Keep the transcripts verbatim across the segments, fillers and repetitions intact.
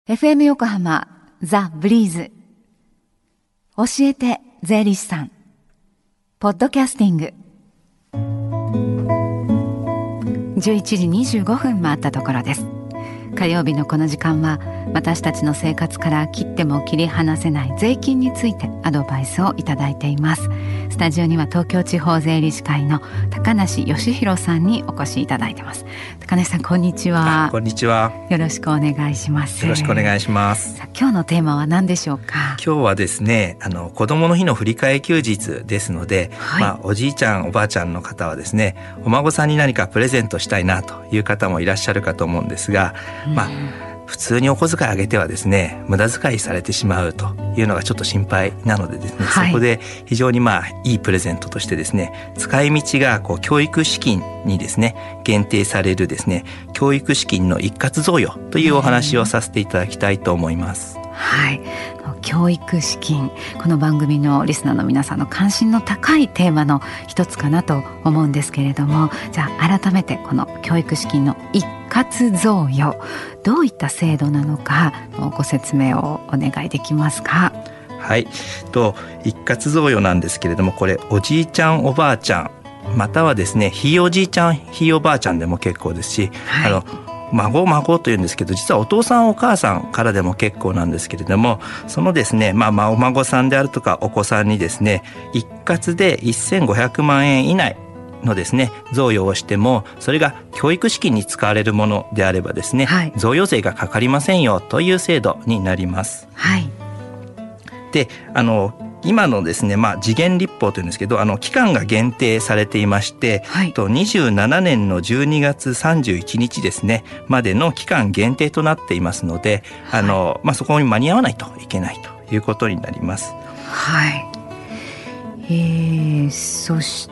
エフエム 横浜ザ・ブリーズ教えて税理士さんポッドキャスティングじゅういちじにじゅうごふん回ったところです。火曜日のこの時間は私たちの生活から切っても切り離せない税金についてアドバイスをいただいています。スタジオには東京地方税理士会の高梨義弘さんにお越しいただいてます。高梨さん、こんにちは。 こんにちは。 よろしくお願いします。 よろしくお願いします。 さあ、今日のテーマは何でしょうか？ 今日はですね、あの子どもの日の振り替え休日ですので、はい、まあ、おじいちゃんおばあちゃんの方はですね、お孫さんに何かプレゼントしたいなという方もいらっしゃるかと思うんですが、まあ普通にお小遣いあげてはですね、無駄遣いされてしまうというのがちょっと心配なのでですね、はい、そこで非常にまあいいプレゼントとしてですね、使い道がこう教育資金にですね限定されるですね、教育資金の一括贈与というお話をさせていただきたいと思います。 はい、教育資金、この番組のリスナーの皆さんの関心の高いテーマの一つかなと思うんですけれども、じゃあ改めてこの教育資金の一括贈与、どういった制度なのかご説明をお願いできますか？ はい、と一括贈与なんですけれども、これおじいちゃんおばあちゃん、またはですねひいおじいちゃんひいおばあちゃんでも結構ですし、はい、あの孫孫というんですけど、実はお父さんお母さんからでも結構なんですけれども、そのですね、まあ、まあお孫さんであるとかお子さんにですね、一括でせんごひゃくまんえん以内のですね贈与をしても、それが教育資金に使われるものであればですね、はい、贈与税がかかりませんよという制度になります。 はい、 で、あの今のですね、まあ、時限立法というんですけど、あの期間が限定されていまして、はい、とにじゅうななねんのじゅうにがつさんじゅういちにちですねまでの期間限定となっていますので、はい、あのまあ、そこに間に合わないといけないということになります。 はい、えー、そして、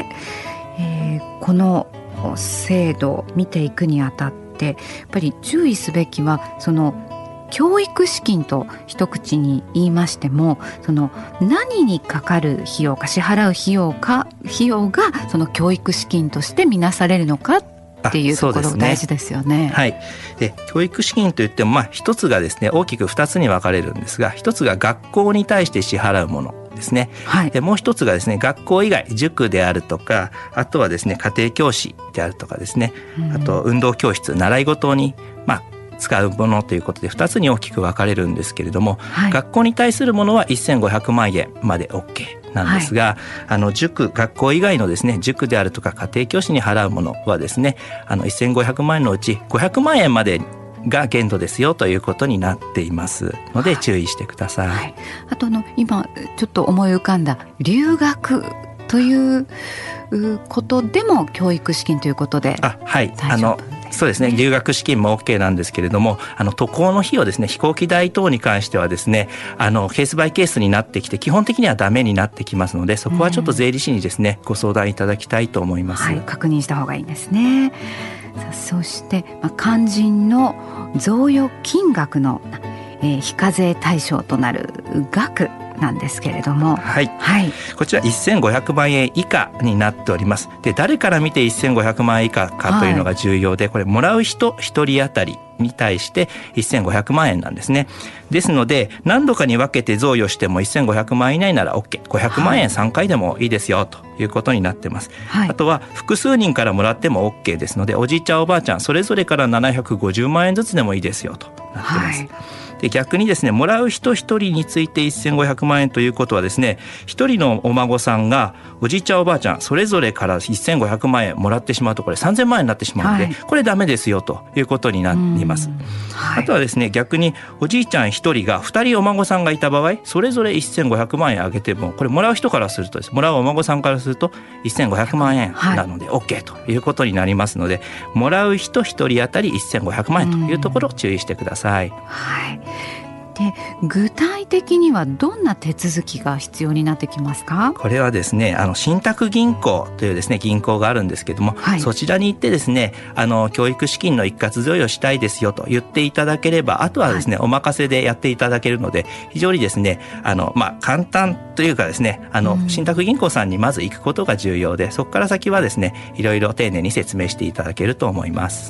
えー、この制度を見ていくにあたってやっぱり注意すべきは、その教育資金と一口に言いましても、その何にかかる費用か支払う費用か費用がその教育資金として見なされるのかっていうところが大事ですよね。 はい、で教育資金といっても、まあ、一つがですね大きく二つに分かれるんですが、一つが学校に対して支払うものですね、はい、でもう一つがですね学校以外、塾であるとか、あとはですね家庭教師であるとかですね、あと運動教室、習い事にまあ使うものということでふたつに大きく分かれるんですけれども、はい、学校に対するものはせんごひゃくまんえんまで OK なんですが、はい、あの塾、学校以外のですね塾であるとか家庭教師に払うものはですね、あのせんごひゃくまんえんのうちごひゃくまんえんまでが限度ですよということになっていますので注意してください。はい、 あとの今ちょっと思い浮かんだ留学ということでも教育資金ということで大丈夫？はい、あのそうですね、留学資金も OK なんですけれども、あの渡航の費用ですね、飛行機代等に関してはですね、あのケースバイケースになってきて基本的にはダメになってきますので、そこはちょっと税理士にですね、うん、ご相談いただきたいと思います。 はい、確認した方がいいですね。さあ、そして、まあ、肝心の贈与金額の、えー、非課税対象となる額なんですけれども、 はいはい、こちらせんごひゃくまんえん以下になっております。で、誰から見てせんごひゃくまんえん以下かというのが重要で、はい、これもらう人一人当たりに対してせんごひゃくまんえんなんですね。ですので何度かに分けて贈与してもせんごひゃくまん以内なら OK、 ごひゃくまんえんさんかいでもいいですよということになってます。はい、あとは複数人からもらっても OK ですので、おじいちゃんおばあちゃんそれぞれからななひゃくごじゅうまんえんずつでもいいですよとなってます。はい、で逆にですね、もらう人一人についてせんごひゃくまんえんということはですね、一人のお孫さんがおじいちゃんおばあちゃんそれぞれからせんごひゃくまんえんもらってしまうと、これさんぜんまんえんになってしまうので、はい、これダメですよということになります。はい、あとはですね、逆におじいちゃん一人が二人お孫さんがいた場合、それぞれせんごひゃくまんえんあげても、これもらう人からするとです、もらうお孫さんからするとせんごひゃくまんえんなので OK ということになりますので、はい、もらう人一人当たりせんごひゃくまんえんというところを注意してください。 はい、で具体的にはどんな手続きが必要になってきますか？ これはですね、あの信託銀行というですね銀行があるんですけども、はい、そちらに行ってですね、あの教育資金の一括贈与したいですよと言っていただければ、あとはですね、はい、お任せでやっていただけるので、非常にですね、あの、まあ、簡単というかですね、あの、うん、信託銀行さんにまず行くことが重要で、そこから先はですね、いろいろ丁寧に説明していただけると思います。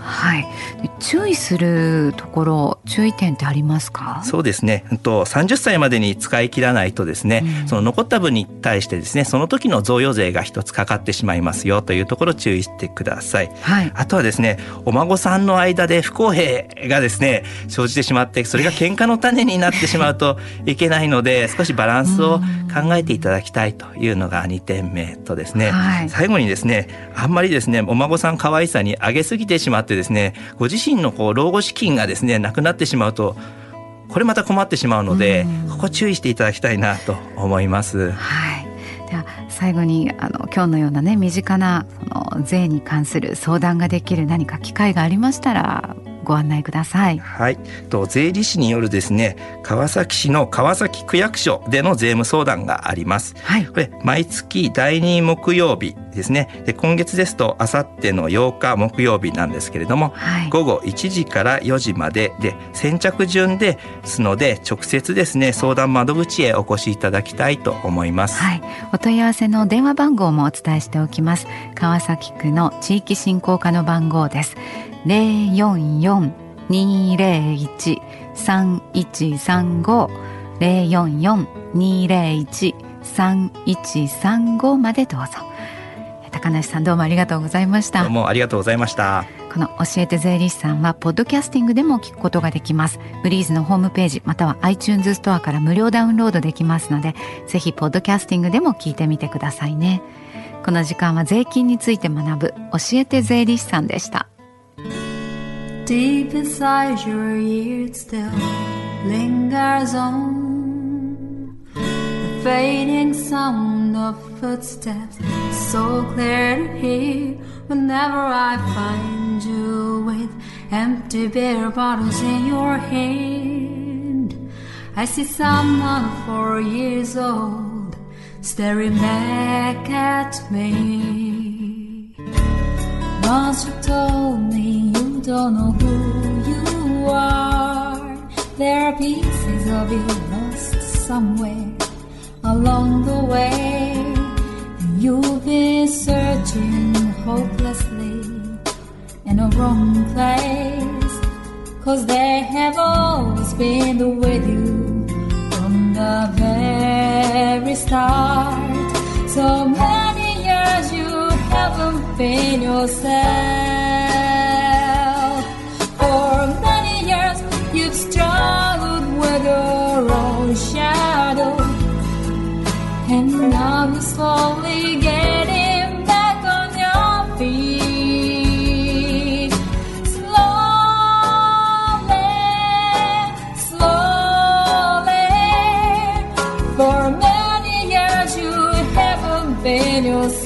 はい、で注意するところ、注意点ってありますか？ そうですね、さんじゅっさいまでに使い切らないとですね、うん、その残った分に対してですね、その時の贈与税が一つかかってしまいますよというところを注意してください、はい、あとはですね、お孫さんの間で不公平がですね生じてしまって、それが喧嘩の種になってしまうといけないので、少しバランスを考えていただきたいというのがにてんめとですね、はい、最後にですね、あんまりですねお孫さん可愛さに上げすぎてしまってですね、ご自身のこう老後資金がですねなくなってしまうと、これまた困ってしまうので、ここ注意していただきたいなと思います。 はい、では最後にあの今日のようなね身近なその税に関する相談ができる何か機会がありましたらご案内ください。 はい、と税理士によるですね、川崎市の川崎区役所での税務相談があります、はい、これ毎月だいに木曜日ですね。で今月ですとあさってのようか木曜日なんですけれども、はい、午後いちじからよじまでで先着順ですので、直接ですね相談窓口へお越しいただきたいと思います、はい、 お問い合わせの電話番号もお伝えしておきます。川崎区の地域振興課の番号です。ゼロよんよん にゼロいち さんいちさんご ゼロよんよん にゼロいち さんいちさんご までどうぞ。高梨さん、どうもありがとうございました。 どうもありがとうございました。 この教えて税理士さんはポッドキャスティングでも聞くことができます。ブリーズのホームページまたは iTunes ストアから無料ダウンロードできますので、ぜひポッドキャスティングでも聞いてみてくださいね。この時間は税金について学ぶ教えて税理士さんでした。 Deep inside your ear it still lingers on the fading sound of footsteps, so clear to hear whenever I find you with empty beer bottles in your hand. I see someone four years old staring back at me.Once you told me you don't know who you are. There are pieces of you lost somewhere along the way, and you've been searching hopelessly in a wrong place, 'cause they have always been with you from the very start. So many years you haven't been yourself. For many years you've struggled with your own shadow, and now you're slowly getting back on your feet. Slowly, slowly. For many years you haven't been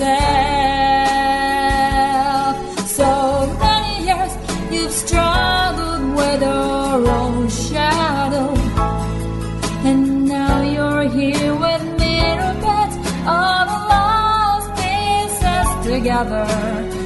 yourself.So many years you've struggled with your own shadow, and now you're here with me to put all the lost pieces together.